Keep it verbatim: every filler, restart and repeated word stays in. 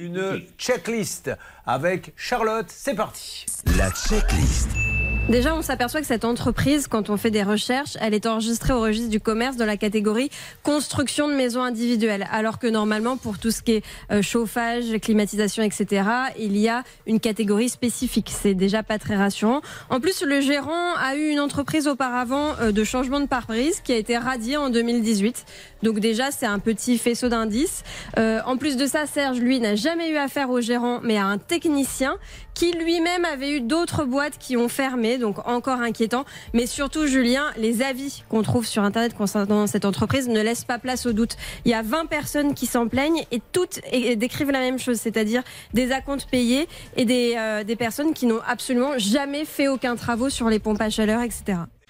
Une checklist avec Charlotte, c'est parti. La checklist. Déjà, on s'aperçoit que cette entreprise, quand on fait des recherches, elle est enregistrée au registre du commerce dans la catégorie construction de maisons individuelles. Alors que normalement, pour tout ce qui est euh, chauffage, climatisation, et cetera, il y a une catégorie spécifique. C'est déjà pas très rassurant. En plus, le gérant a eu une entreprise auparavant euh, de changement de pare-brise qui a été radiée en deux mille dix-huit. Donc déjà, c'est un petit faisceau d'indices. Euh, en plus de ça, Serge, lui, n'a jamais eu affaire au gérant, mais à un technicien qui lui-même avait eu d'autres boîtes qui ont fermé. Donc encore inquiétant. Mais surtout, Julien, les avis qu'on trouve sur Internet concernant cette entreprise ne laissent pas place au doute. Il y a vingt personnes qui s'en plaignent et toutes décrivent la même chose, c'est-à-dire des acomptes payés et des, euh, des personnes qui n'ont absolument jamais fait aucun travaux sur les pompes à chaleur, et cetera.